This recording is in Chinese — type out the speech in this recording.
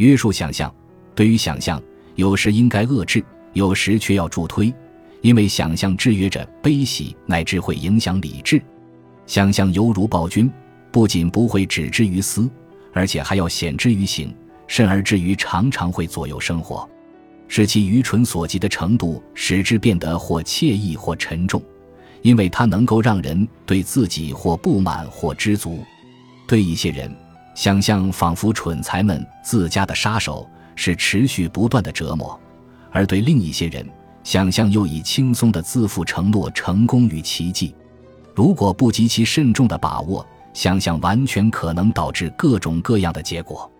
约束想象，对于想象，有时应该遏制，有时却要助推，因为想象制约着悲喜，乃至会影响理智。想象犹如暴君，不仅不会止之于思，而且还要显之于行，甚而至于常常会左右生活，使其愚蠢所及的程度使之变得或惬意或沉重，因为它能够让人对自己或不满或知足。对一些人，想象仿佛蠢材们自家的杀手，是持续不断的折磨；而对另一些人，想象又以轻松的自负承诺成功与奇迹。如果不极其慎重的把握，想象完全可能导致各种各样的结果。